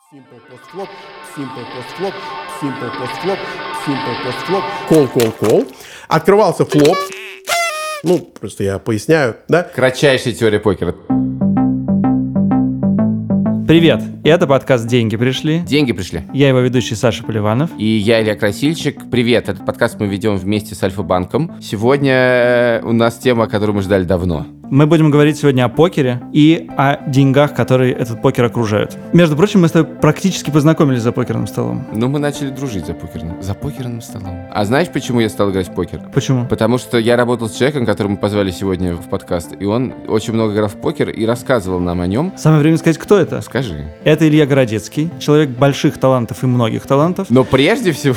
Simple post flop, simple post flop, simple post flop, simple post flop, call. Открывался флоп. Ну, просто я поясняю, да? Кратчайшая теория покера. Привет, это подкаст «Деньги пришли». Деньги пришли. Я его ведущий Саша Поливанов. И я Илья Красильщик. Привет, этот подкаст мы ведем вместе с Альфа-банком. Сегодня у нас тема, которую мы ждали давно. Мы будем говорить сегодня о покере и о деньгах, которые этот покер окружают. Между прочим, мы с тобой практически познакомились за покерным столом. Ну, мы начали дружить за покерным столом. А знаешь, почему я стал играть в покер? Почему? Потому что я работал с человеком, которого мы позвали сегодня в подкаст, и он очень много играл в покер и рассказывал нам о нем. Самое время сказать, кто это. Скажи. Это Илья Городецкий, человек больших талантов и многих талантов. Но прежде всего...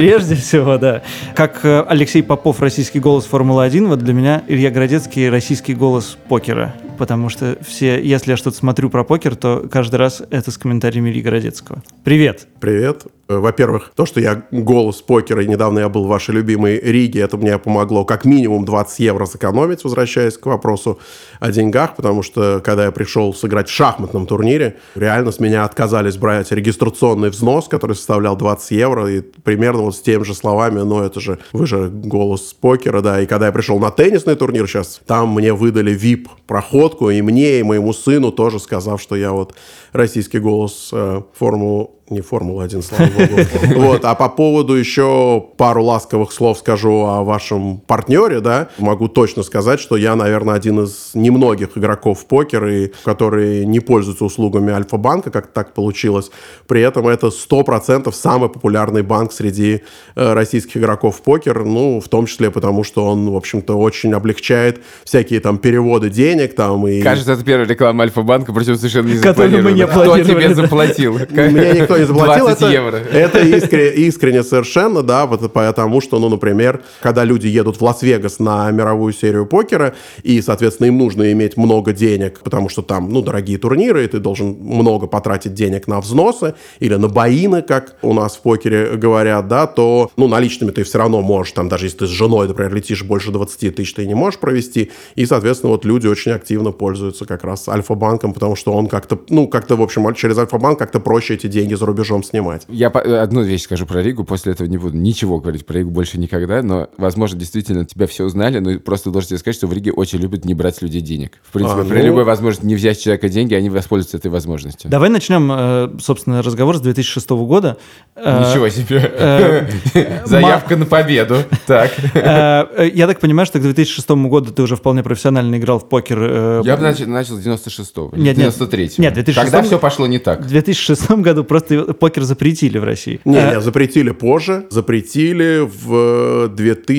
Да. Как Алексей Попов, российский голос Формулы-1, вот для меня Илья Городецкий российский голос покера. Потому что если я что-то смотрю про покер, то каждый раз это с комментариями Ильи Городецкого. Привет. Привет. Во-первых, то, что я голос покера, и недавно я был в вашей любимой Риге, это мне помогло как минимум 20 евро сэкономить, возвращаясь к вопросу о деньгах, потому что, когда я пришел сыграть в шахматном турнире, реально с меня отказались брать регистрационный взнос, который составлял 20 евро, и примерно вот с теми же словами, вы же голос покера, да, и когда я пришел на теннисный турнир сейчас, там мне выдали VIP-проходку, и мне, и моему сыну тоже, сказав, что я вот российский голос не Формула-1, слава богу. Вот. А по поводу еще пару ласковых слов скажу о вашем партнере, да, могу точно сказать, что я, наверное, один из немногих игроков в покер, которые не пользуются услугами Альфа-банка, как так получилось. При этом это 100% самый популярный банк среди российских игроков в покер, ну, в том числе потому, что он, в общем-то, очень облегчает всякие там переводы денег там и... Кажется, это первая реклама Альфа-банка, причем совершенно не которую мы не запланировали. Кто тебе заплатил? Мне никто не заплатил. 20 евро. Это искренне совершенно, да, потому что, например, когда люди едут в Лас-Вегас на мировую серию покера, и, соответственно, им нужно иметь много денег, потому что там, дорогие турниры, и ты должен много потратить денег на взносы или на боины, как у нас в покере говорят, да, то, наличными ты все равно можешь, там, даже если ты с женой, например, летишь больше 20 тысяч, ты не можешь провести, и, соответственно, вот люди очень активно пользуются как раз Альфа-банком, потому что он как-то, в общем, через Альфа-банк как-то проще эти деньги за рубежом снимать. Я одну вещь скажу про Ригу, после этого не буду ничего говорить про Ригу больше никогда, но, возможно, действительно тебя все узнали, но просто должен тебе сказать, что в Риге очень любят не брать с людей денег. В принципе, при любой возможности не взять с человека деньги, они воспользуются этой возможностью. Давай начнем, собственно, разговор с 2006 года. Ничего себе. Заявка на победу. Так. Я так понимаю, что к 2006 году ты уже вполне профессионально играл в покер. Я бы начал с 96-го, 93-го. Нет, 2006. Когда все пошло не так. В 2006 году просто покер запретили в России. Не, запретили позже. Запретили в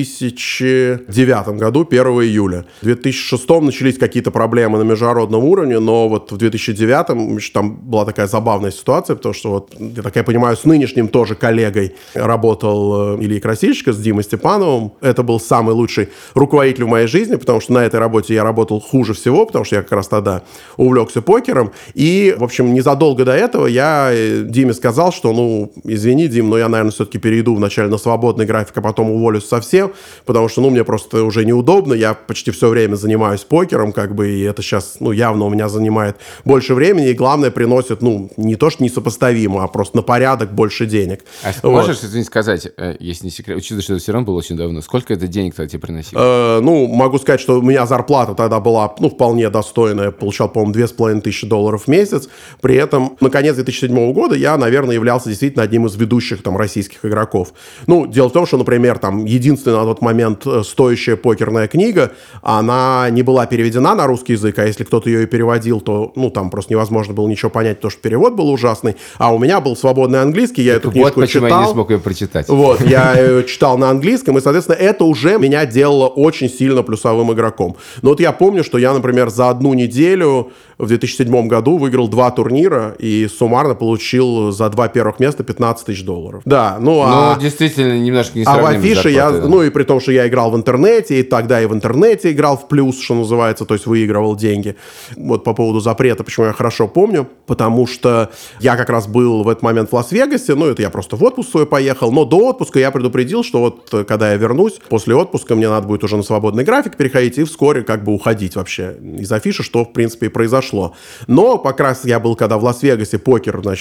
2009 году, 1 июля. В 2006 начались какие-то проблемы на международном уровне, но вот в 2009 там была такая забавная ситуация, потому что, вот, я так понимаю, с нынешним тоже коллегой работал Илья Красильщик, с Димой Степановым. Это был самый лучший руководитель в моей жизни, потому что на этой работе я работал хуже всего, потому что я как раз тогда увлекся покером. И, в общем, незадолго до этого я Диме сказал, что, извини, Дим, но я, наверное, все-таки перейду вначале на свободный график, а потом уволюсь совсем, потому что, мне просто уже неудобно, я почти все время занимаюсь покером, и это сейчас, явно у меня занимает больше времени, и главное, приносит, не то, что несопоставимо, а просто на порядок больше денег. А можешь, извини, сказать, если не секрет, учитывая, что это все равно было очень давно, сколько это денег тогда тебе приносило? Могу сказать, что у меня зарплата тогда была, вполне достойная, я получал, по-моему, $2500 в месяц, при этом, на конец 2007 года я, наверное, являлся действительно одним из ведущих российских игроков. Дело в том, что, например, единственная на тот момент стоящая покерная книга, она не была переведена на русский язык, а если кто-то ее и переводил, то, там просто невозможно было ничего понять, потому что перевод был ужасный, а у меня был свободный английский, я эту книжку читал. Я не смог ее прочитать. Вот, я ее читал на английском, и, соответственно, это уже меня делало очень сильно плюсовым игроком. Но вот я помню, что я, например, за одну неделю в 2007 году выиграл 2 турнира и суммарно получил за 2 первых места $15 000. Да, действительно, немножко несравнимо. А в афише я, и при том, что я играл в интернете, и тогда и в интернете играл в плюс, что называется, то есть выигрывал деньги. Вот по поводу запрета, почему я хорошо помню, потому что я как раз был в этот момент в Лас-Вегасе, это я просто в отпуск свой поехал, но до отпуска я предупредил, что вот когда я вернусь, после отпуска мне надо будет уже на свободный график переходить и вскоре уходить вообще из афиши, что, в принципе, и произошло. Но как раз я был, когда в Лас-Вегасе, покер, значит,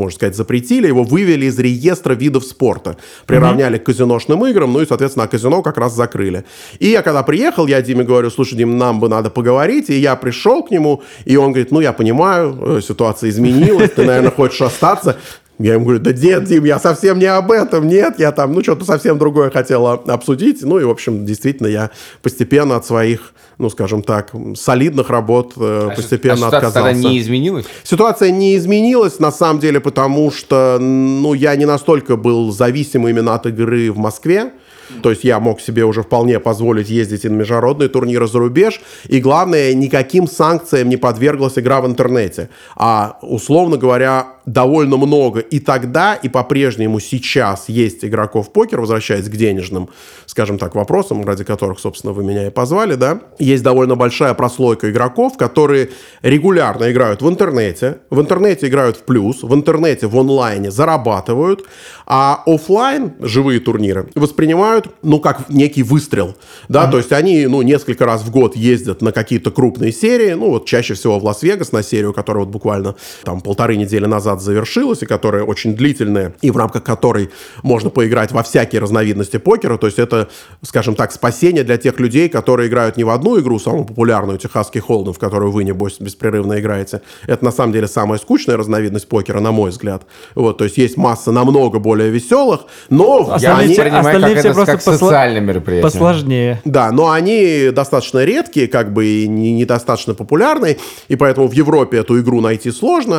можно сказать, запретили, его вывели из реестра видов спорта, приравняли к казиношным играм, ну и, соответственно, казино как раз закрыли. И я когда приехал, я Диме говорю: слушай, Дим, нам бы надо поговорить, и я пришел к нему, и он говорит: ну, я понимаю, ситуация изменилась, ты, наверное, хочешь остаться. Я ему говорю: да нет, Дим, я совсем не об этом, нет, я там, что-то совсем другое хотел обсудить. Ну и, в общем, действительно, я постепенно от своих, скажем так, солидных работ постепенно отказался. Ситуация тогда не изменилась? Ситуация не изменилась, на самом деле, потому что, я не настолько был зависим именно от игры в Москве. То есть я мог себе уже вполне позволить ездить и на международные турниры за рубеж. И главное, никаким санкциям не подверглась игра в интернете. А, условно говоря, довольно много и тогда, и по-прежнему сейчас есть игроков в покер, возвращаясь к денежным, скажем так, вопросам, ради которых, собственно, вы меня и позвали, да. Есть довольно большая прослойка игроков, которые регулярно играют в интернете играют в плюс, в интернете, в онлайне зарабатывают, а офлайн, живые турниры, воспринимают, как некий выстрел, да, то есть они, несколько раз в год ездят на какие-то крупные серии, чаще всего в Лас-Вегас на серию, которая буквально там 1,5 недели назад завершилась, и которая очень длительная, и в рамках которой можно поиграть во всякие разновидности покера, то есть это, скажем так, спасение для тех людей, которые играют не в одну игру, самую популярную, техасский холдем, в которую вы, небось, беспрерывно играете. Это, на самом деле, самая скучная разновидность покера, на мой взгляд. То есть есть масса намного более веселых, но... Я не понимаю, как социальное мероприятие. Посложнее. Да, но они достаточно редкие, и недостаточно популярные, и поэтому в Европе эту игру найти сложно,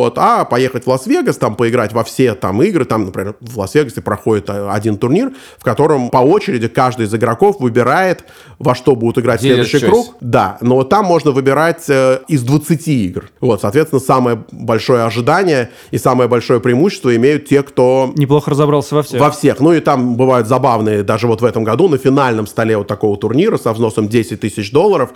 а поехать в Лас-Вегас, там поиграть во все там игры, там, например, в Лас-Вегасе проходит один турнир, в котором по очереди каждый из игроков выбирает, во что будут играть в следующий круг. Да, но там можно выбирать из 20 игр. Соответственно, самое большое ожидание и самое большое преимущество имеют те, кто... неплохо разобрался во всех. Во всех. И там бывают забавные, даже в этом году на финальном столе такого турнира со взносом $10 тысяч,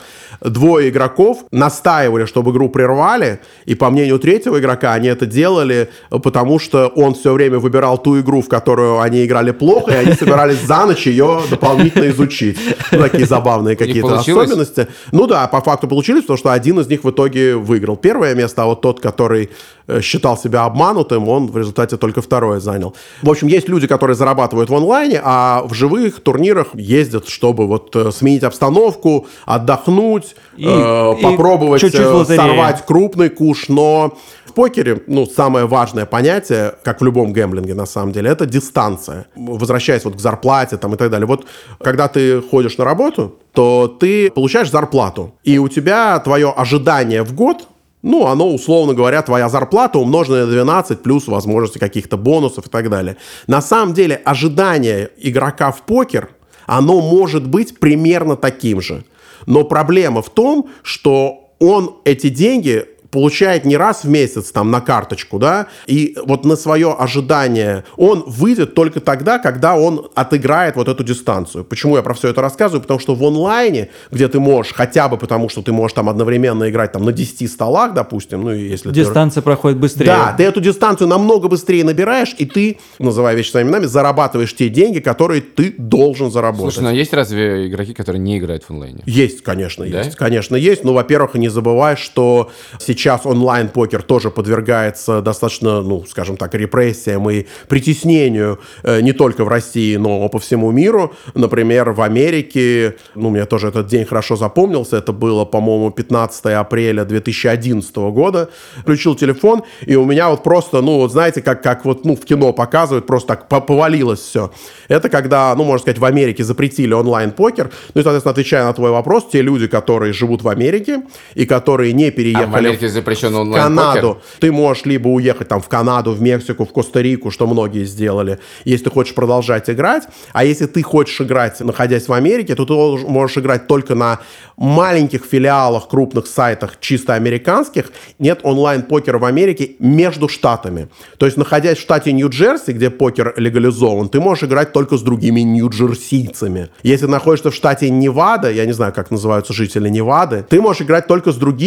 2 игроков настаивали, чтобы игру прервали, и по мнению третьего игрока они это делали, потому что он все время выбирал ту игру, в которую они играли плохо, и они собирались за ночь ее дополнительно изучить. Такие забавные какие-то особенности. По факту получились, потому что один из них в итоге выиграл первое место, а тот, который считал себя обманутым, он в результате только второе занял. В общем, есть люди, которые зарабатывают в онлайне, а в живых турнирах ездят, чтобы сменить обстановку, отдохнуть, попробовать сорвать крупный куш, но в покере, самое важное понятие, как в любом гэмблинге, на самом деле, это дистанция. Возвращаясь к зарплате и так далее. Когда ты ходишь на работу, то ты получаешь зарплату, и у тебя твое ожидание в год, оно, условно говоря, твоя зарплата умноженная на 12, плюс возможности каких-то бонусов и так далее. На самом деле, ожидание игрока в покер, оно может быть примерно таким же. Но проблема в том, что он эти деньги получает не раз в месяц на карточку, да, и на свое ожидание он выйдет только тогда, когда он отыграет эту дистанцию. Почему я про все это рассказываю? Потому что в онлайне, где ты можешь, хотя бы потому, что ты можешь одновременно играть на 10 столах, допустим, если дистанция проходит быстрее. Да, ты эту дистанцию намного быстрее набираешь, и ты, называя вещи своими именами, зарабатываешь те деньги, которые ты должен заработать. Слушай, но есть разве игроки, которые не играют в онлайне? Есть, конечно, да? Есть. Конечно, есть. Во-первых, не забывай, что сейчас онлайн-покер тоже подвергается достаточно, скажем так, репрессиям и притеснению не только в России, но по всему миру. Например, в Америке, мне тоже этот день хорошо запомнился, это было, по-моему, 15 апреля 2011 года. Включил телефон, и у меня просто, знаете, как в кино показывают, просто так повалилось все. Это когда, можно сказать, в Америке запретили онлайн-покер. И, соответственно, отвечая на твой вопрос, те люди, которые живут в Америке и которые не переехали запрещен в Канаду. Ты можешь либо уехать в Канаду, в Мексику, в Коста-Рику, что многие сделали, если ты хочешь продолжать играть. А если ты хочешь играть, находясь в Америке, то ты можешь играть только на маленьких филиалах, крупных сайтах, чисто американских. Нет онлайн-покера в Америке между штатами. То есть, находясь в штате Нью-Джерси, где покер легализован, ты можешь играть только с другими нью-джерсийцами. Если находишься в штате Невада, я не знаю, как называются жители Невады, ты можешь играть только с другими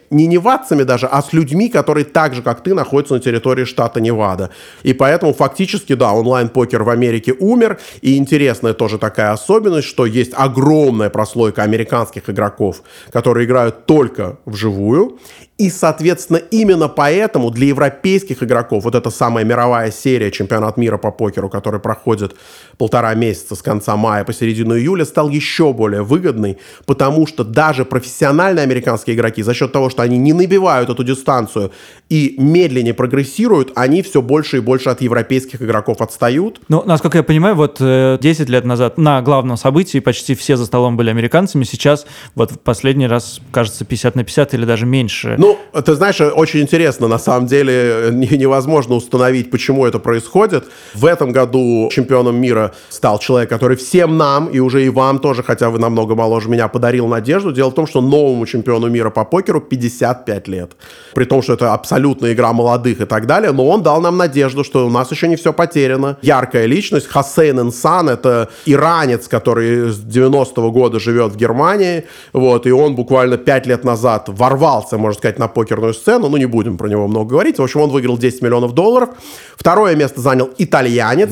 не невадцами даже, а с людьми, которые так же, как ты, находятся на территории штата Невада. И поэтому фактически, да, онлайн-покер в Америке умер. И интересная тоже такая особенность, что есть огромная прослойка американских игроков, которые играют только вживую. И, соответственно, именно поэтому для европейских игроков вот эта самая мировая серия чемпионат мира по покеру, который проходит 1,5 месяца с конца мая по середину июля, стал еще более выгодный, потому что даже профессиональные американские игроки за счет того, что они не набивают эту дистанцию и медленнее прогрессируют, они все больше и больше от европейских игроков отстают. Ну, насколько я понимаю, вот 10 лет назад на главном событии почти все за столом были американцами, сейчас вот в последний раз, кажется, 50/50 или даже меньше. Ну, ты знаешь, очень интересно, на самом деле невозможно установить, почему это происходит. В этом году чемпионом мира стал человек, который всем нам, и уже и вам тоже, хотя вы намного моложе меня, подарил надежду. Дело в том, что новому чемпиону мира по покеру 55 лет. При том, что это абсолютно игра молодых и так далее, но он дал нам надежду, что у нас еще не все потеряно. Яркая личность, Хосейн Инсан, это иранец, который с 90-го года живет в Германии, вот, и он буквально 5 лет назад ворвался, можно сказать, на покерную сцену, ну не будем про него много говорить. В общем, он выиграл $10 миллионов. Второе место занял итальянец.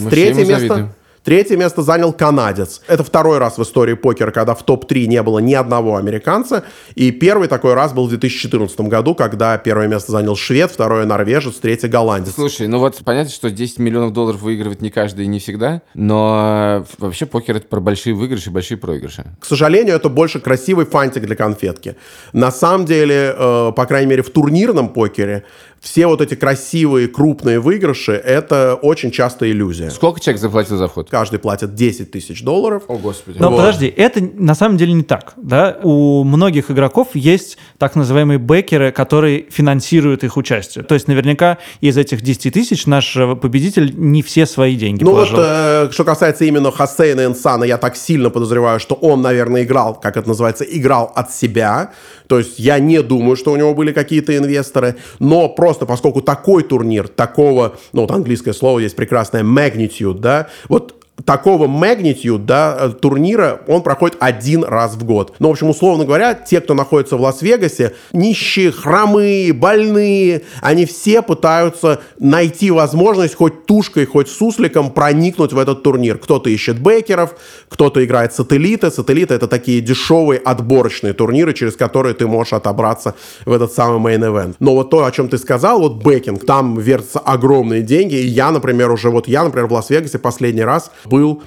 Третье место занял канадец. Это второй раз в истории покера, когда в топ-3 не было ни одного американца. И первый такой раз был в 2014 году, когда первое место занял швед, второе норвежец, третье голландец. Слушай, ну вот понятно, что $10 миллионов выигрывает не каждый и не всегда, но вообще покер — это про большие выигрыши и большие проигрыши. К сожалению, это больше красивый фантик для конфетки. На самом деле, по крайней мере, в турнирном покере все вот эти красивые, крупные выигрыши — это очень часто иллюзия. Сколько человек заплатил за вход? Каждый платит $10 тысяч. О, Господи. Но подожди, это на самом деле не так. Да? У многих игроков есть так называемые бэкеры, которые финансируют их участие. То есть наверняка из этих 10 тысяч наш победитель не все свои деньги положил. Вот, что касается именно Хосейна Инсана, я так сильно подозреваю, что он, наверное, играл, как это называется, играл от себя. То есть я не думаю, что у него были какие-то инвесторы. Но просто поскольку такой турнир, такого, ну вот английское слово есть прекрасное, magnitude, да, вот такого magnitude, да, турнира, он проходит один раз в год. Ну, в общем, условно говоря, те, кто находится в Лас-Вегасе, нищие, хромые, больные, они все пытаются найти возможность хоть тушкой, хоть сусликом проникнуть в этот турнир. Кто-то ищет бэкеров, кто-то играет сателлиты. Сателлиты — это такие дешевые отборочные турниры, через которые ты можешь отобраться в этот самый мейн-эвент. Но вот то, о чем ты сказал, вот бэкинг, там вертятся огромные деньги. И я, например, в Лас-Вегасе последний раз был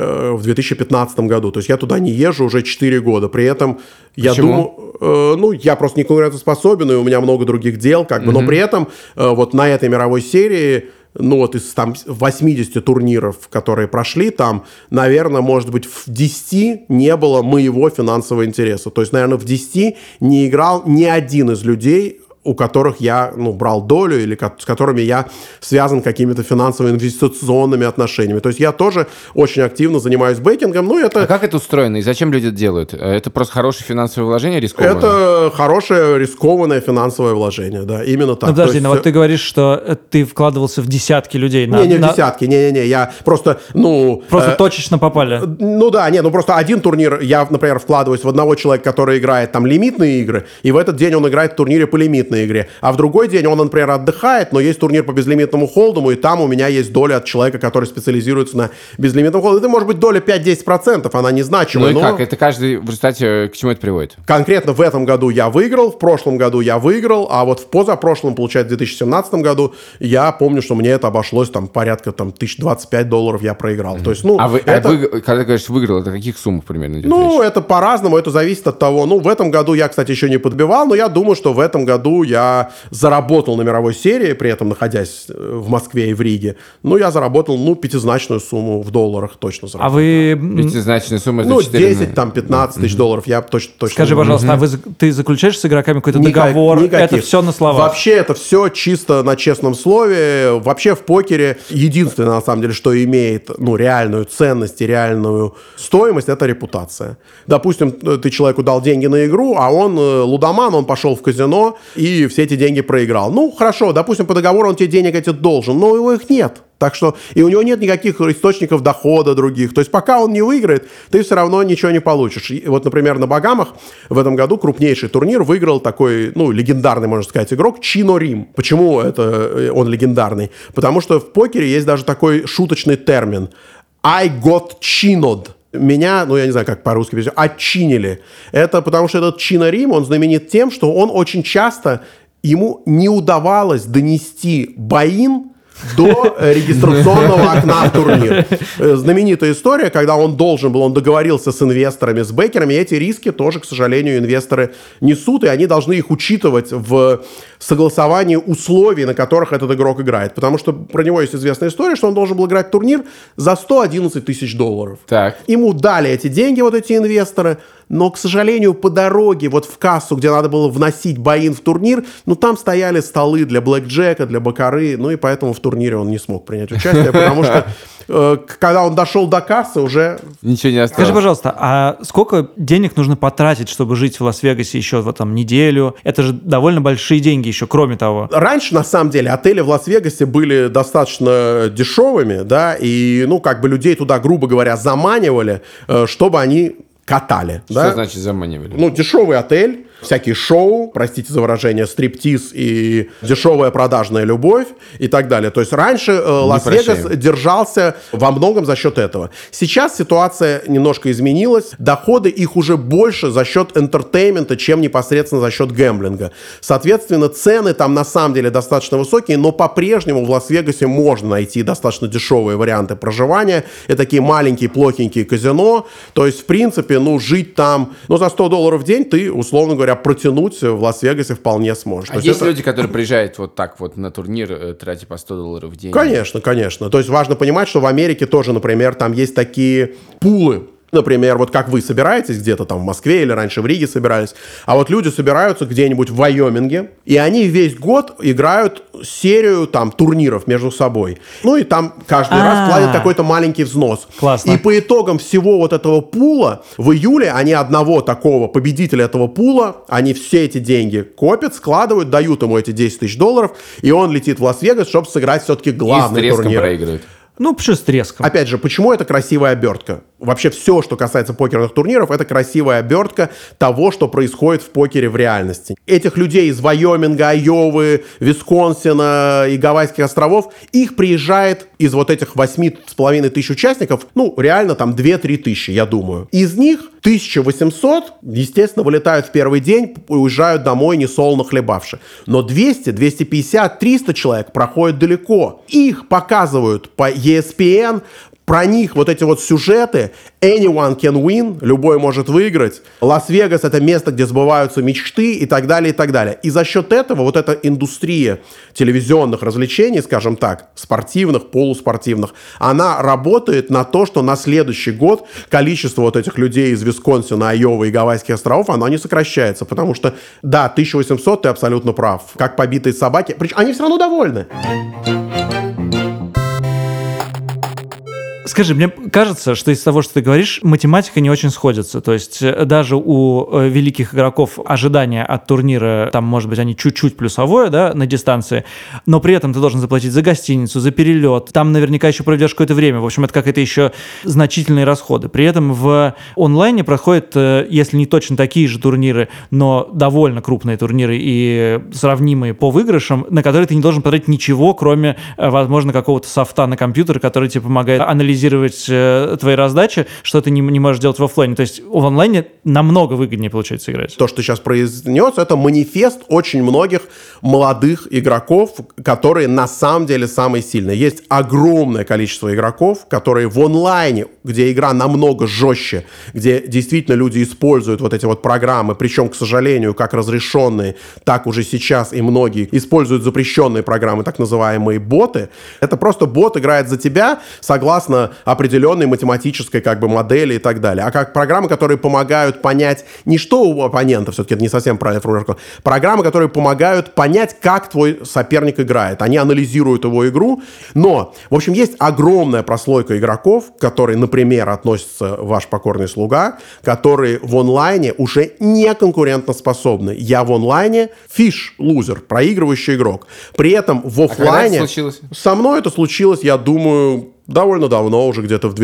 в 2015 году. То есть я туда не езжу уже 4 года. При этом я думаю... я просто не конкурентоспособен, и у меня много других дел, как бы. Но при этом вот на этой мировой серии, ну вот из там 80 турниров, которые прошли, там, наверное, может быть, в 10 не было моего финансового интереса. То есть, наверное, в 10 не играл ни один из людей, у которых я брал долю или с которыми я связан какими-то финансово-инвестиционными отношениями. То есть я тоже очень активно занимаюсь бэкингом. А как это устроено и зачем люди это делают? Это просто хорошее финансовое вложение, рискованное? Это хорошее рискованное финансовое вложение, да, именно так. Ну подожди, вот ты говоришь, что ты вкладывался в десятки людей. Не в десятки, я просто, Просто точечно попали. Просто один турнир, я, например, вкладываюсь в одного человека, который играет там лимитные игры, и в этот день он играет в турнире по лимитной игре. А в другой день он, например, отдыхает, но есть турнир по безлимитному холдому, и там у меня есть доля от человека, который специализируется на безлимитном холде. Это может быть доля 5-10%, она незначимая. Ну и как? Это каждый в результате к чему это приводит? Конкретно в этом году я выиграл, в прошлом году я выиграл, а вот в позапрошлом, получается, в 2017 году, я помню, что мне это обошлось там порядка $1025 я проиграл. То есть, когда говоришь выиграл, это каких сумм примерно идет речь? Это по-разному, это зависит от того. В этом году я, кстати, еще не подбивал, но я думаю, что в этом году я заработал на мировой серии, при этом находясь в Москве и в Риге. Я заработал, пятизначную сумму в долларах точно заработал. А вы... Пятизначная сумма... 10-15 тысяч долларов, я точно... Скажи, пожалуйста, ты заключаешь с игроками какой-то договор? Никаких. Это все на словах? Вообще это все чисто на честном слове. Вообще в покере единственное, на самом деле, что имеет реальную ценность и реальную стоимость, это репутация. Допустим, ты человеку дал деньги на игру, а он лудоман, он пошел в казино и все эти деньги проиграл. Хорошо, допустим, по договору он тебе денег эти должен, но его их нет. Так что, и у него нет никаких источников дохода других. То есть пока он не выиграет, ты все равно ничего не получишь. И вот, например, на Багамах в этом году крупнейший турнир выиграл такой, легендарный, можно сказать, игрок Чино Рим. Почему это он легендарный? Потому что в покере есть даже такой шуточный термин «I got chinoed». Меня, я не знаю, как по-русски перевести, отчинили. Это потому что этот Чино Рим, он знаменит тем, что он очень часто, ему не удавалось донести buy-in до регистрационного окна в турнир. Знаменитая история, когда он договорился с инвесторами, с бэкерами, и эти риски тоже, к сожалению, инвесторы несут, и они должны их учитывать в согласовании условий, на которых этот игрок играет. Потому что про него есть известная история, что он должен был играть турнир за $111 тысяч. Так. Ему дали эти деньги, вот эти инвесторы, но, к сожалению, по дороге вот в кассу, где надо было вносить buy-in в турнир, там стояли столы для блэкджека, для баккары, и поэтому в турнире он не смог принять участие, потому что когда он дошел до кассы, уже... Ничего не осталось. Скажи, пожалуйста, а сколько денег нужно потратить, чтобы жить в Лас-Вегасе еще неделю? Это же довольно большие деньги еще, кроме того. Раньше, на самом деле, отели в Лас-Вегасе были достаточно дешевыми, да, и, людей туда, грубо говоря, заманивали, чтобы они катали. Что значит заманивали? Дешевый отель, всякие шоу, простите за выражение, стриптиз и дешевая продажная любовь и так далее. То есть раньше Лас-Вегас держался во многом за счет этого. Сейчас ситуация немножко изменилась. Доходы их уже больше за счет энтертеймента, чем непосредственно за счет гэмблинга. Соответственно, цены там на самом деле достаточно высокие, но по-прежнему в Лас-Вегасе можно найти достаточно дешевые варианты проживания. Это такие маленькие, плохенькие казино. То есть, в принципе, жить там, за $100 в день ты, условно говоря, протянуть в Лас-Вегасе вполне сможешь. А есть люди, которые приезжают вот так на турнир, тратя по $100 в день? Конечно, конечно. То есть важно понимать, что в Америке тоже, например, там есть такие пулы. Например, вот как вы собираетесь где-то там в Москве или раньше в Риге собирались, а вот люди собираются где-нибудь в Вайоминге, и они весь год играют серию там турниров между собой. И там каждый раз платят какой-то маленький взнос. Классно. И по итогам всего вот этого пула, в июле они одного такого победителя этого пула, они все эти деньги копят, складывают, дают ему эти $10 тысяч, и он летит в Лас-Вегас, чтобы сыграть все-таки главный турнир. И с треском проигрывают. Почему с треском? Опять же, почему это красивая обертка? Вообще все, что касается покерных турниров, это красивая обертка того, что происходит в покере в реальности. Этих людей из Вайоминга, Айовы, Висконсина и Гавайских островов, их приезжает из вот этих 8,5 тысяч участников, реально там 2-3 тысячи, я думаю. Из них 1800, естественно, вылетают в первый день, уезжают домой несолоно хлебавши. Но 200, 250, 300 человек проходят далеко. Их показывают по ESPN, про них вот эти вот сюжеты. Anyone can win, любой может выиграть. Лас-Вегас — это место, где сбываются мечты и так далее, и так далее. И за счет этого вот эта индустрия телевизионных развлечений, скажем так, спортивных, полуспортивных, она работает на то, что на следующий год количество вот этих людей из Висконсина, Айовы и Гавайских островов, оно не сокращается. Потому что, да, 1800, ты абсолютно прав. Как побитые собаки. Причем они все равно довольны. Скажи, мне кажется, что из того, что ты говоришь, математика не очень сходится. То есть даже у великих игроков ожидания от турнира, там, может быть, они чуть-чуть плюсовое, да, на дистанции, но при этом ты должен заплатить за гостиницу, за перелет. Там наверняка еще проведешь какое-то время. В общем, это какие-то еще значительные расходы. При этом в онлайне проходят, если не точно такие же турниры, но довольно крупные турниры и сравнимые по выигрышам, на которые ты не должен потратить ничего, кроме, возможно, какого-то софта на компьютере, который тебе помогает анализировать твои раздачи, что ты не можешь делать в офлайне. То есть в онлайне намного выгоднее получается играть. То, что ты сейчас произнес, это манифест очень многих молодых игроков, которые на самом деле самые сильные. Есть огромное количество игроков, которые в онлайне, где игра намного жестче, где действительно люди используют вот эти вот программы, причем, к сожалению, как разрешенные, так уже сейчас и многие используют запрещенные программы, так называемые боты. Это просто бот играет за тебя согласно определенной математической как бы модели и так далее, а как программы, которые помогают понять не что у оппонента, все-таки это не совсем правильная формулировка, программы, которые помогают понять, как твой соперник играет. Они анализируют его игру, но, в общем, есть огромная прослойка игроков, которые, например, относятся ваш покорный слуга, которые в онлайне уже не конкурентоспособны. Я в онлайне фиш-лузер, проигрывающий игрок. При этом в офлайне... А когда это случилось? Со мной это случилось, я думаю... довольно давно, уже где-то в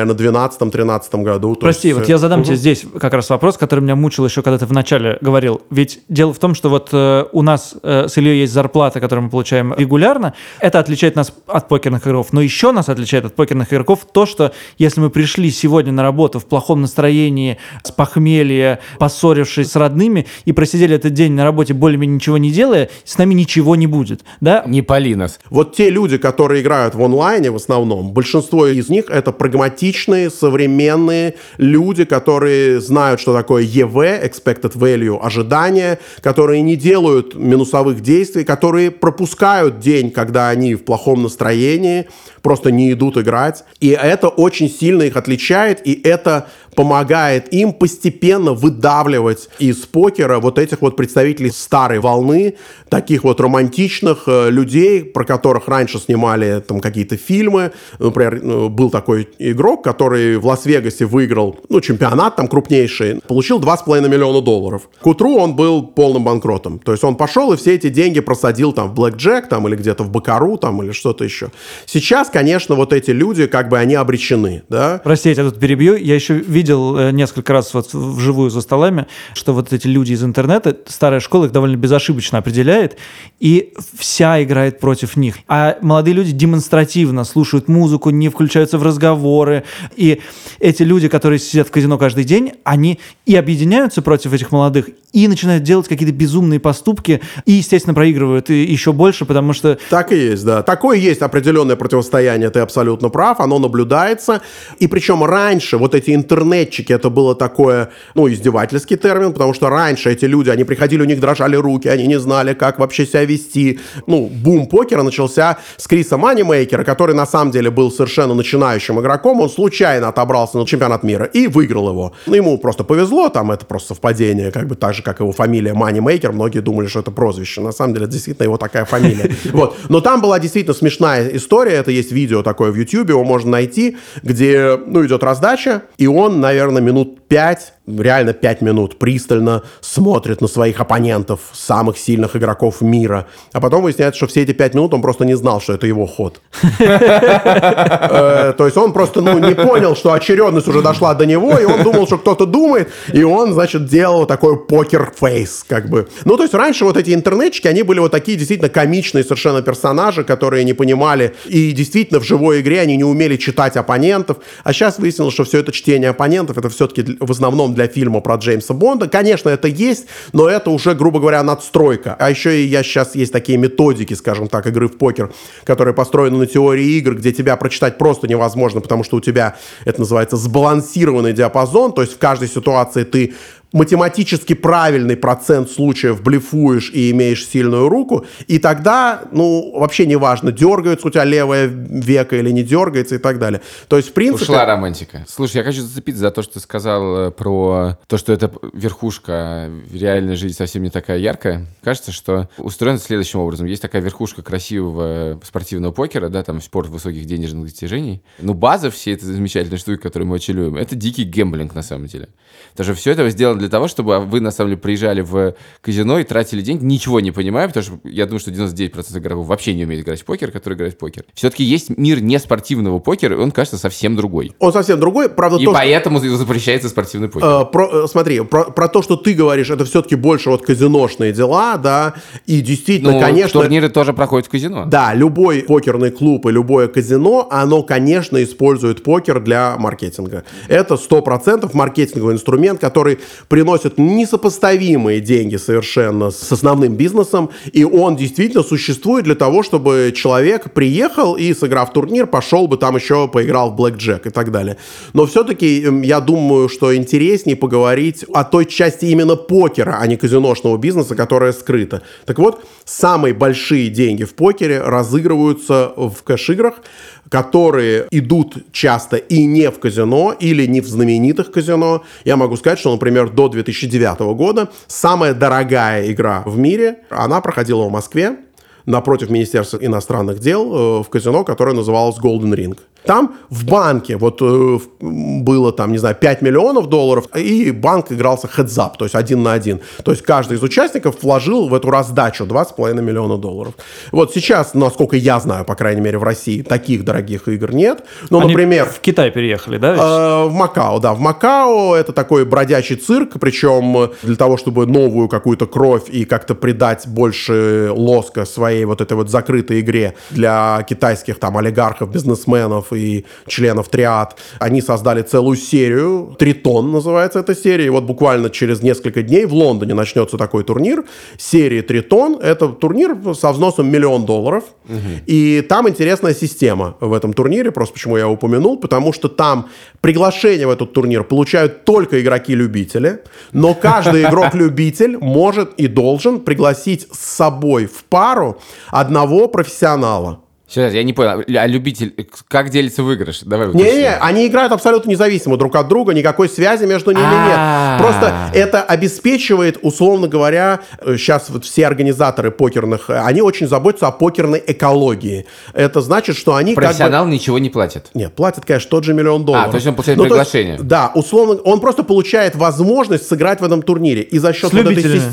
2012-2013 году. Прости, вот я задам тебе здесь как раз вопрос, который меня мучил еще, когда ты вначале говорил. Ведь дело в том, что вот у нас с Ильей есть зарплата, которую мы получаем регулярно. Это отличает нас от покерных игроков. Но еще нас отличает от покерных игроков то, что если мы пришли сегодня на работу в плохом настроении, с похмелья, поссорившись с родными, и просидели этот день на работе более-менее ничего не делая, с нами ничего не будет. Да? Не пали нас. Вот те люди, которые играют в онлайне в основном, большинство из них это прагматичные, современные люди, которые знают, что такое EV, Expected Value, ожидания, которые не делают минусовых действий, которые пропускают день, когда они в плохом настроении, просто не идут играть. И это очень сильно их отличает, и это помогает им постепенно выдавливать из покера вот этих вот представителей старой волны, таких вот романтичных людей, про которых раньше снимали там какие-то фильмы. Например, был такой игрок, который в Лас-Вегасе выиграл чемпионат там крупнейший, получил $2,5 миллиона. К утру он был полным банкротом. То есть он пошел и все эти деньги просадил там в блэкджек там, или где-то в бакару там, или что-то еще. Сейчас, конечно, вот эти люди, как бы они обречены. Да? Прости, я тебя тут перебью. Я еще видел несколько раз вот вживую за столами, что вот эти люди из интернета, старая школа их довольно безошибочно определяет, и вся играет против них. А молодые люди демонстративно слушают музыку, не включаются в разговоры. И эти люди, которые сидят в казино каждый день, они и объединяются против этих молодых, и начинают делать какие-то безумные поступки, и, естественно, проигрывают и еще больше, потому что... Так и есть, да. Такое есть определенное противостояние, ты абсолютно прав, оно наблюдается. И причем раньше вот эти интернетчики, это было такое, издевательский термин, потому что раньше эти люди, они приходили, у них дрожали руки, они не знали, как вообще себя вести. Бум покера начался с Криса Манимейкера, который на самом деле был совершенно начинающим игроком, он случайно отобрался на чемпионат мира и выиграл его. Ему просто повезло, там это просто совпадение, как бы так же, как его фамилия Манимейкер, многие думали, что это прозвище, на самом деле это действительно его такая фамилия. Вот. Но там была действительно смешная история, это есть видео такое в YouTube, его можно найти, где, идет раздача, и он, наверное, минут 5, реально 5 минут пристально смотрит на своих оппонентов, самых сильных игроков мира. А потом выясняется, что все эти 5 минут он просто не знал, что это его ход. То есть он просто не понял, что очередность уже дошла до него, и он думал, что кто-то думает, и он, значит, делал такой покер-фейс, как бы. То есть раньше вот эти интернетчики, они были вот такие действительно комичные совершенно персонажи, которые не понимали, и действительно в живой игре они не умели читать оппонентов. А сейчас выяснилось, что все это чтение оппонентов, это все-таки в основном для фильма про Джеймса Бонда. Конечно, это есть, но это уже, грубо говоря, надстройка. А еще и сейчас есть такие методики, скажем так, игры в покер, которые построены на теории игр, где тебя прочитать просто невозможно, потому что у тебя, это называется, сбалансированный диапазон, то есть в каждой ситуации ты математически правильный процент случаев блефуешь и имеешь сильную руку, и тогда, вообще неважно, дергается у тебя левое веко или не дергается и так далее. То есть, в принципе... Ушла романтика. Слушай, я хочу зацепиться за то, что ты сказал про то, что эта верхушка в реальной жизни совсем не такая яркая. Кажется, что устроено следующим образом. Есть такая верхушка красивого спортивного покера, да, там спорт высоких денежных достижений. Но база всей этой замечательной штуки, которую мы очень любим, это дикий гэмблинг на самом деле. Даже все это сделано для того, чтобы вы, на самом деле, приезжали в казино и тратили деньги, ничего не понимая, потому что я думаю, что 99% игроков вообще не умеют играть в покер, которые играют в покер. Все-таки есть мир неспортивного покера, и он, кажется, совсем другой. Он совсем другой, правда. И поэтому запрещается спортивный покер. Смотри, про то, что ты говоришь, это все-таки больше вот казиношные дела, да, и действительно, конечно... турниры тоже проходят в казино. Да, любой покерный клуб и любое казино, оно, конечно, использует покер для маркетинга. Это 100% маркетинговый инструмент, который приносит несопоставимые деньги совершенно с основным бизнесом, и он действительно существует для того, чтобы человек приехал и, сыграв турнир, пошел бы там еще поиграл в блэкджек и так далее. Но все-таки я думаю, что интереснее поговорить о той части именно покера, а не казиношного бизнеса, которая скрыта. Так вот, самые большие деньги в покере разыгрываются в кэш-играх, которые идут часто и не в казино, или не в знаменитых казино. Я могу сказать, что, например, до 2009 года самая дорогая игра в мире, она проходила в Москве, напротив Министерства иностранных дел, в казино, которое называлось Golden Ring. Там в банке было, там, не знаю, 5 миллионов долларов, и банк игрался heads-up, то есть 1 на 1. То есть каждый из участников вложил в эту раздачу 2,5 миллиона долларов. Вот сейчас, насколько я знаю, по крайней мере, в России таких дорогих игр нет. Но, они например, в Китай переехали, да? В Макао, да. В Макао это такой бродячий цирк, причем для того, чтобы новую какую-то кровь и как-то придать больше лоска своей вот этой вот закрытой игре для китайских там олигархов, бизнесменов и членов триад. Они создали целую серию, Тритон называется эта серия, и вот буквально через несколько дней в Лондоне начнется такой турнир, серия Тритон, это турнир со взносом $1 миллион, и там интересная система в этом турнире, просто почему я упомянул, потому что там приглашение в этот турнир получают только игроки-любители, но каждый игрок-любитель может и должен пригласить с собой в пару одного профессионала. Сейчас, я не понял, а любитель, как делится выигрыш? Давай Не, они играют абсолютно независимо друг от друга, никакой связи между ними нет. Просто это обеспечивает, условно говоря, сейчас вот все организаторы покерных, они очень заботятся о покерной экологии. Это значит, что они профессионал ничего не платит? Нет, платит, конечно, тот же $1 миллион. То есть он получает приглашение? Да, условно, он просто получает возможность сыграть в этом турнире. И за счет вот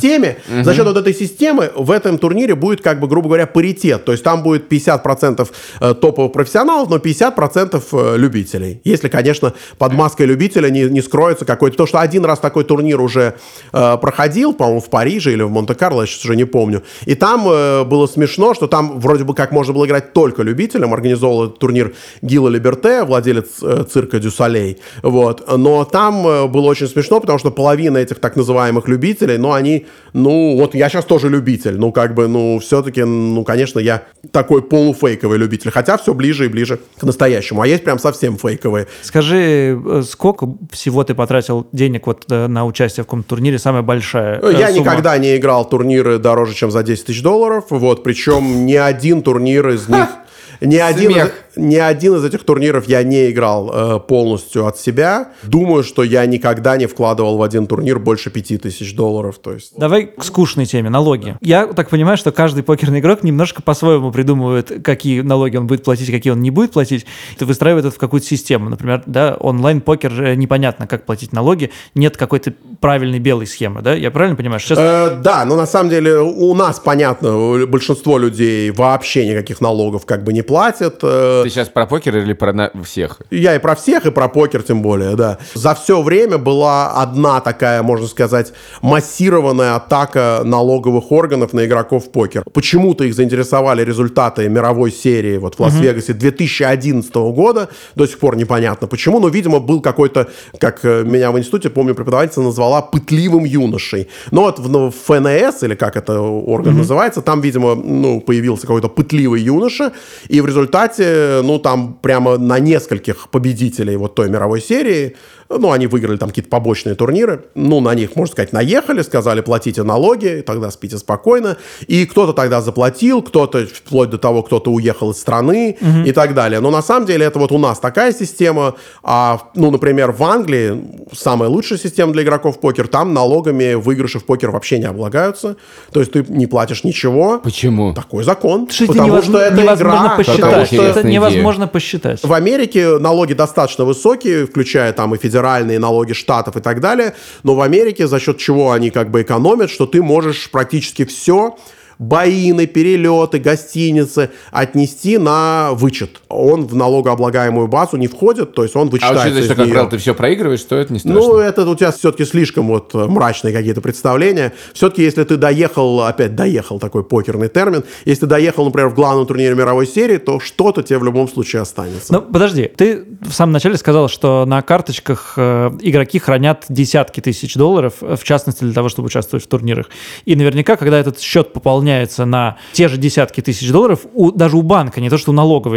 этой системы в этом турнире будет, как бы, грубо говоря, паритет. То есть там будет 50% топовых профессионалов, но 50% любителей. Если, конечно, под маской любителя не скроется какой-то... Потому что один раз такой турнир уже проходил, по-моему, в Париже или в Монте-Карло, я сейчас уже не помню. И там было смешно, что там вроде бы как можно было играть только любителям. Организовал турнир Гила Либерте, владелец цирка Дю Солей. Вот. Но там было очень смешно, потому что половина этих так называемых любителей, они... вот я сейчас тоже любитель. Все-таки, конечно, я такой полуфейковый любитель, хотя все ближе и ближе к настоящему. А есть прям совсем фейковые. Скажи, сколько всего ты потратил денег вот на участие в каком-то турнире, самая большая Я сумма? никогда не играл в турниры дороже, чем за $10 тысяч. Вот, причем ни один турнир из них... Ни один из этих турниров я не играл полностью от себя. Думаю, что я никогда не вкладывал в один турнир больше $5 тысяч. То есть... Давай к скучной теме, налоги. Я так понимаю, что каждый покерный игрок немножко по-своему придумывает, какие налоги он будет платить, какие он не будет платить. Ты выстраивает это в какую-то систему. Например, онлайн-покер непонятно, как платить налоги. Нет какой-то правильной белой схемы, да? Я правильно понимаю? Сейчас... Да, но на самом деле у нас, понятно, большинство людей вообще никаких налогов как бы не платят. Ты сейчас про покер или про всех? Я и про всех, и про покер тем более, да. За все время была одна такая, можно сказать, массированная атака налоговых органов на игроков в покер. Почему-то их заинтересовали результаты мировой серии вот в Лас-Вегасе 2011 года. До сих пор непонятно почему, но, видимо, был какой-то, как меня в институте, помню, преподавательница назвала пытливым юношей. Но вот в ФНС, или как это орган называется, там, видимо, появился какой-то пытливый юноша, и в результате, там прямо на нескольких победителей вот той мировой серии, они выиграли там какие-то побочные турниры, на них, можно сказать, наехали, сказали, платите налоги, тогда спите спокойно, и кто-то тогда заплатил, кто-то, вплоть до того, кто-то уехал из страны и так далее. Но на самом деле это вот у нас такая система, например, в Англии самая лучшая система для игроков в покер, там налогами выигрыши в покер вообще не облагаются, то есть ты не платишь ничего. Почему? Такой закон. Потому что это игра. Это невозможно посчитать. В Америке налоги достаточно высокие, включая там и федеральные налоги штатов и так далее, но в Америке за счет чего они как бы экономят, что ты можешь практически все боины, перелеты, гостиницы отнести на вычет. Он в налогооблагаемую базу не входит, то есть он вычитается. А учитывая, что, как правило, ты все проигрываешь, то это не страшно. Это у тебя все-таки слишком вот мрачные какие-то представления. Все-таки, если ты доехал, такой покерный термин, если ты доехал, например, в главном турнире мировой серии, то что-то тебе в любом случае останется. Подожди, ты в самом начале сказал, что на карточках игроки хранят десятки тысяч долларов, в частности, для того, чтобы участвовать в турнирах. И наверняка, когда этот счет пополняется на те же десятки тысяч долларов, даже у банка, не то что у налоговой, возникают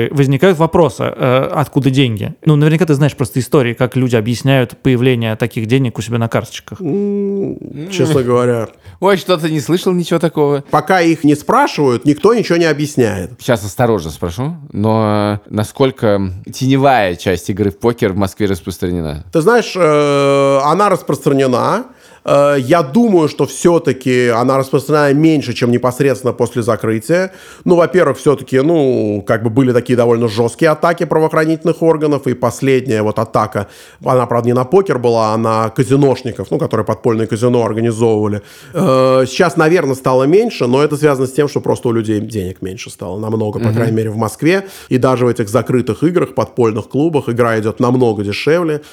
возникают вопросы, откуда деньги. Ну, наверняка ты знаешь просто истории, как люди объясняют появление таких денег у себя на карточках. Честно говоря. Ой, что-то не слышал ничего такого. Пока их не спрашивают, никто ничего не объясняет. Сейчас осторожно спрошу, но насколько теневая часть игры в покер в Москве распространена? Ты знаешь, она распространена. Я думаю, что все-таки она распространена меньше, чем непосредственно после закрытия. Ну, во-первых, все-таки, были такие довольно жесткие атаки правоохранительных органов, и последняя вот атака, она, правда, не на покер была, а на казиношников, которые подпольное казино организовывали. Сейчас, наверное, стало меньше, но это связано с тем, что просто у людей денег меньше стало, намного, по крайней мере, в Москве, и даже в этих закрытых играх, подпольных клубах игра идет намного дешевле.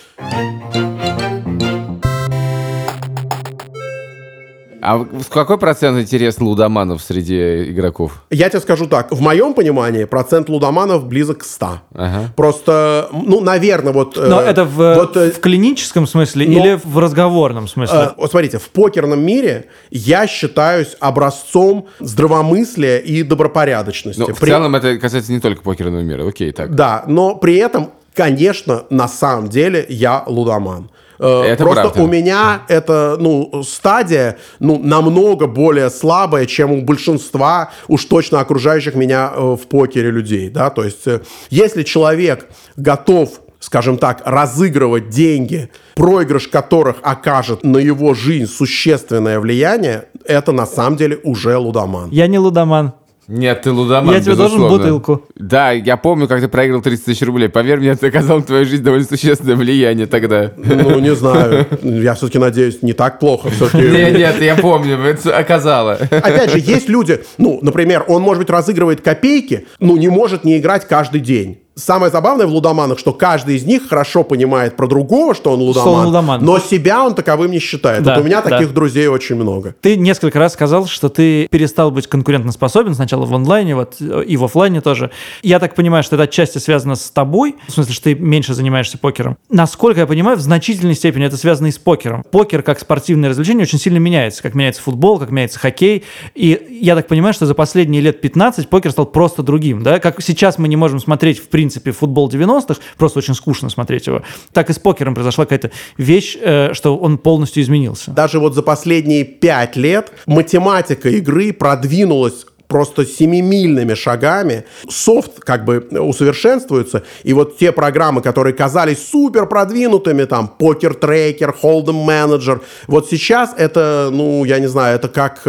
А какой процент интересен лудоманов среди игроков? Я тебе скажу так. В моем понимании процент лудоманов близок к 100. Ага. Просто, наверное, вот... Но это в клиническом смысле или в разговорном смысле? Вот смотрите, в покерном мире я считаюсь образцом здравомыслия и добропорядочности. В целом это касается не только покерного мира. Окей, так. Да, но при этом, конечно, на самом деле я лудоман. Это просто правда. У меня эта стадия намного более слабая, чем у большинства уж точно окружающих меня в покере людей. Да? То есть, если человек готов, скажем так, разыгрывать деньги, проигрыш которых окажет на его жизнь существенное влияние, это на самом деле уже лудоман. Я не лудоман. Нет, ты лудоман, я тебе должен бутылку. Да, я помню, как ты проиграл 30 тысяч рублей. Поверь мне, это оказало на твою жизнь довольно существенное влияние тогда. Не знаю. Я все-таки надеюсь, не так плохо. Нет, я помню, это оказало. Опять же, есть люди, например, он, может быть, разыгрывает копейки, но не может не играть каждый день. Самое забавное в лудоманах, что каждый из них хорошо понимает про другого, что он лудоман, но себя он таковым не считает. Да, вот у меня таких друзей очень много. Ты несколько раз сказал, что ты перестал быть конкурентоспособен сначала в онлайне, и в офлайне тоже. Я так понимаю, что это отчасти связано с тобой, в смысле, что ты меньше занимаешься покером. Насколько я понимаю, в значительной степени это связано и с покером. Покер как спортивное развлечение очень сильно меняется, как меняется футбол, как меняется хоккей. И я так понимаю, что за последние лет 15 покер стал просто другим. Да? Как сейчас мы не можем смотреть, в принципе, футбол 90-х, просто очень скучно смотреть его, так и с покером произошла какая-то вещь, что он полностью изменился. Даже вот за последние 5 лет математика игры продвинулась просто семимильными шагами. Софт усовершенствуется, и вот те программы, которые казались супер продвинутыми, там, Poker Tracker, Hold'em Manager, вот сейчас это, я не знаю, это как,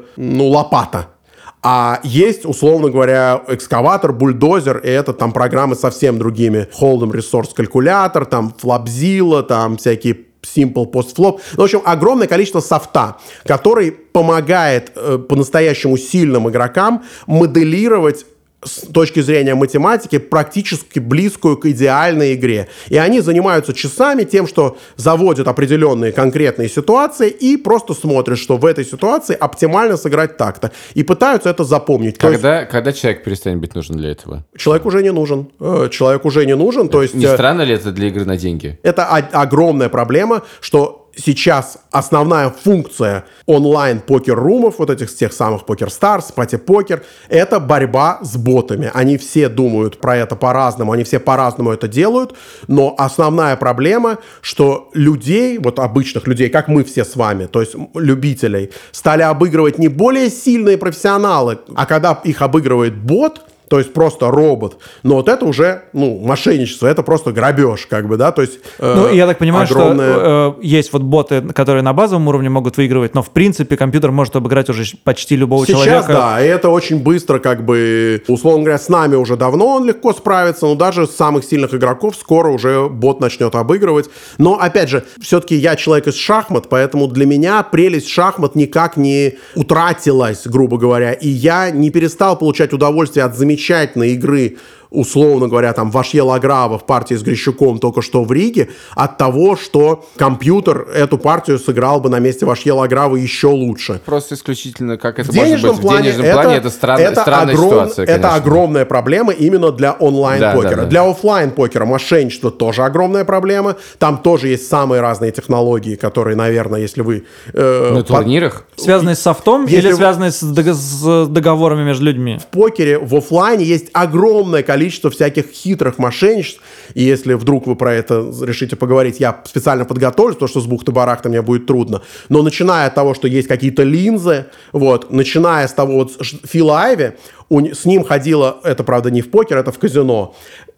лопата. А есть, условно говоря, экскаватор, бульдозер, и это там программы совсем другими. Hold'em Resource Calculator, там Flopzilla, там всякие Simple Post Flop. В общем, огромное количество софта, который помогает по-настоящему сильным игрокам моделировать с точки зрения математики практически близкую к идеальной игре. И они занимаются часами тем, что заводят определенные конкретные ситуации и просто смотрят, что в этой ситуации оптимально сыграть так-то. И пытаются это запомнить. Когда человек перестанет быть нужен для этого? Человек уже не нужен. То есть, не странно ли это для игры на деньги? Это огромная проблема, что сейчас основная функция онлайн-покер-румов, вот этих тех самых PokerStars, Party-Poker, это борьба с ботами. Они все думают про это по-разному, они все по-разному это делают, но основная проблема, что людей, вот обычных людей, как мы все с вами, то есть любителей, стали обыгрывать не более сильные профессионалы, а когда их обыгрывает бот, то есть просто робот. Но вот это уже, мошенничество, это просто грабеж, да, то есть я так понимаю, что есть вот боты, которые на базовом уровне могут выигрывать, но в принципе компьютер может обыграть уже почти любого человека. Сейчас, да, и это очень быстро, условно говоря, с нами уже давно он легко справится, но даже с самых сильных игроков скоро уже бот начнет обыгрывать. Но, опять же, все-таки я человек из шахмат, поэтому для меня прелесть шахмат никак не утратилась, грубо говоря, и я не перестал получать удовольствие от замечательной игры, условно говоря, там, Вашье Лаграва в партии с Грищуком только что в Риге, от того, что компьютер эту партию сыграл бы на месте Вашье Лаграва еще лучше. Просто исключительно, как это может быть в денежном плане, это странная ситуация, конечно. Это огромная проблема именно для онлайн-покера. Да. Для офлайн-покера мошенничество тоже огромная проблема. Там тоже есть самые разные технологии, которые, наверное, если вы... на турнирах? Связанные с софтом или связанные с договорами между людьми? В покере, в офлайне есть огромное количество количество всяких хитрых мошенничеств. И если вдруг вы про это решите поговорить, я специально подготовлюсь, потому что с бухты-барахта мне будет трудно. Но начиная от того, что есть какие-то линзы, вот, начиная с того, вот Фила Айви, с ним ходила, это, правда, не в покер, это в казино,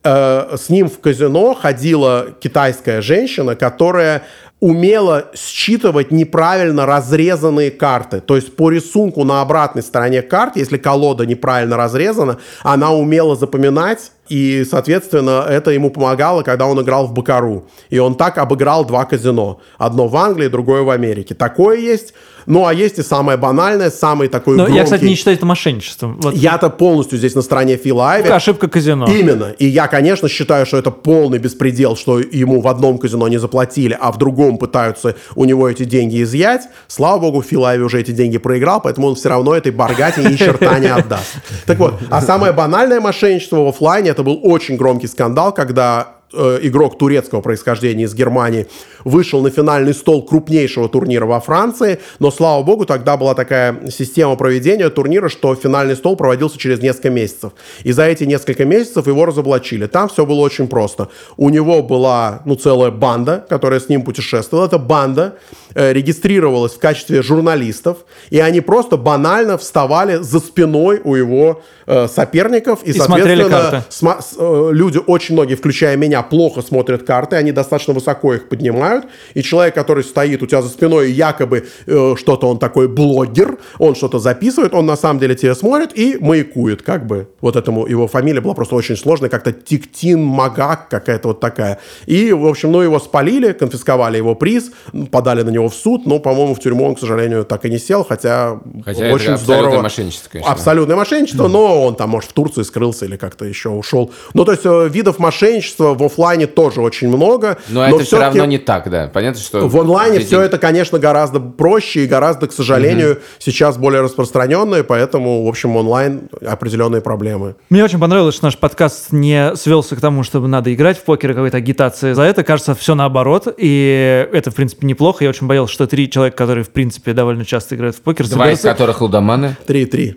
с ним в казино ходила китайская женщина, которая умела считывать неправильно разрезанные карты. То есть по рисунку на обратной стороне карт, если колода неправильно разрезана, она умела запоминать, и, соответственно, это ему помогало, когда он играл в баккару. И он так обыграл 2 казино. Одно в Англии, другое в Америке. Такое есть. Ну, а есть и самое банальное, самый такой громкий... Я, кстати, не считаю это мошенничеством. Вот. Я-то полностью здесь на стороне Фила Айви. Ошибка казино. Именно. И я, конечно, считаю, что это полный беспредел, что ему в одном казино не заплатили, а в другом пытаются у него эти деньги изъять. Слава богу, Фил Айви уже эти деньги проиграл, поэтому он все равно этой баргате ни черта не отдаст. Так вот, а самое банальное мошенничество в офлайне, это был очень громкий скандал, когда игрок турецкого происхождения из Германии вышел на финальный стол крупнейшего турнира во Франции, но, слава богу, тогда была такая система проведения турнира, что финальный стол проводился через несколько месяцев. И за эти несколько месяцев его разоблачили. Там все было очень просто. У него была, целая банда, которая с ним путешествовала. Эта банда регистрировалась в качестве журналистов, и они просто банально вставали за спиной у его соперников. И соответственно, люди, очень многие, включая меня, плохо смотрят карты, они достаточно высоко их поднимают, и человек, который стоит у тебя за спиной, якобы что-то он такой блогер, он что-то записывает, он на самом деле тебя смотрит и маякует, как бы. Вот этому его фамилия была просто очень сложная, как-то Тиктин Магак какая-то вот такая. И, в общем, его спалили, конфисковали его приз, подали на него в суд, но, по-моему, в тюрьму он, к сожалению, так и не сел, хотя очень это здорово. Абсолютное мошенничество, конечно. Абсолютное мошенничество, но он там, может, в Турции скрылся или как-то еще ушел. Ну, то есть видов мошенничества в офлайне тоже очень много. Но это все равно не так, да. Понятно, что... В онлайне все это, конечно, гораздо проще и гораздо, к сожалению, сейчас более распространенное, поэтому, в общем, онлайн определенные проблемы. Мне очень понравилось, что наш подкаст не свелся к тому, чтобы надо играть в покер и какой-то агитации. За это, кажется, все наоборот, и это, в принципе, неплохо. Я очень боялся, что 3 человека, которые, в принципе, довольно часто играют в покер... 2 из которых лудоманы. 3-3.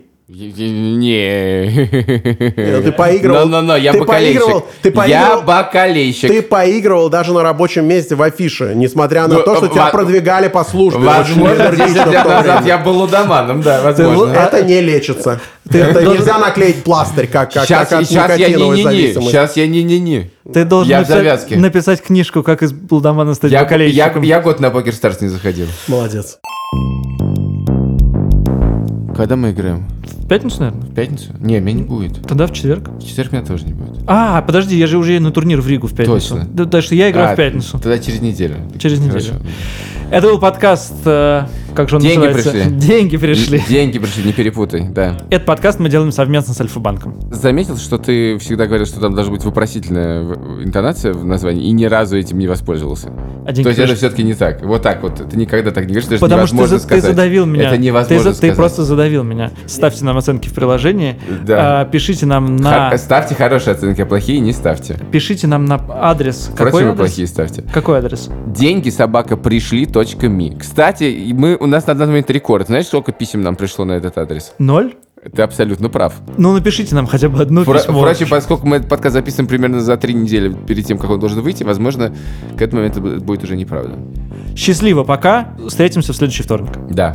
Не. Ты поигрывал. Я бакалейщик. Я бакалейщик. Ты поигрывал даже на рабочем месте в афише, несмотря на то, что тебя продвигали по службе. Возможно, 10 лет назад я был лудоманом, да, возможно. Это не лечится. Это нельзя наклеить пластырь, как от никотиновой зависимости. Сейчас я не. Ты должен написать книжку, как из лудомана стать бакалейщиком. Я год на Покер Старс не заходил. Молодец. Когда мы играем? В пятницу, наверное? В пятницу? Не, меня не будет. Тогда в четверг? В четверг меня тоже не будет. Подожди, я же уже еду на турнир в Ригу в пятницу. Точно. Да, что я играю в пятницу. Тогда через неделю. Через неделю. Это был подкаст, как же он называется? Деньги пришли. Деньги пришли, не перепутай, да. Этот подкаст мы делаем совместно с Альфа-банком. Заметил, что ты всегда говорил, что там должна быть вопросительная интонация в названии, и ни разу этим не воспользовался. То есть это все-таки не так. Вот так вот. Ты никогда так не говоришь, что потому невозможно что сказать. Ты задавил меня. Это невозможно сказать. Ты просто задавил меня. Ставьте нам оценки в приложении. Да. Пишите нам на... Ставьте хорошие оценки, а плохие не ставьте. Пишите нам на адрес. Какой адрес? Плохие ставьте. Какой адрес? деньги@пришли.me. Кстати, у нас на данный момент рекорд. Знаешь, сколько писем нам пришло на этот адрес? 0? Ты абсолютно прав. Ну, напишите нам хотя бы одно письмо. Впрочем, поскольку мы этот подкаст записываем примерно за 3 недели перед тем, как он должен выйти, возможно, к этому моменту будет уже неправда. Счастливо, пока. Встретимся в следующий вторник. Да.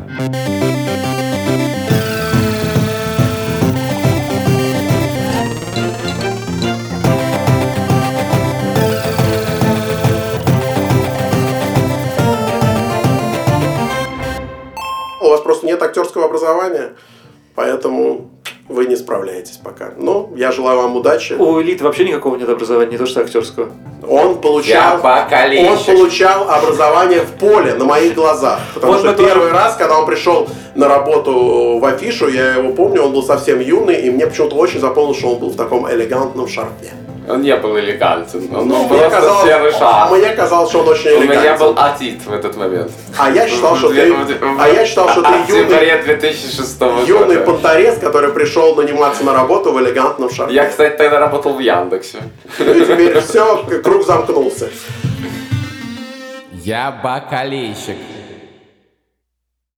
У вас просто нет актерского образования, поэтому вы не справляетесь пока. Но я желаю вам удачи. У элиты вообще никакого нет образования, не то что актерского. Он получал образование в поле на моих глазах. Потому что первый раз, когда он пришел на работу в афишу, я его помню, он был совсем юный, и мне почему-то очень запомнилось, что он был в таком элегантном шарфе. Он не был элегантен, он был просто серый шар. Мне казалось, что он очень элегантен. У меня был атит в этот момент. А я считал, что ты юный понторез, который пришел наниматься на работу в элегантном шарфе. Я, кстати, тогда работал в Яндексе. Ну и теперь все, круг замкнулся. Я бакалейщик.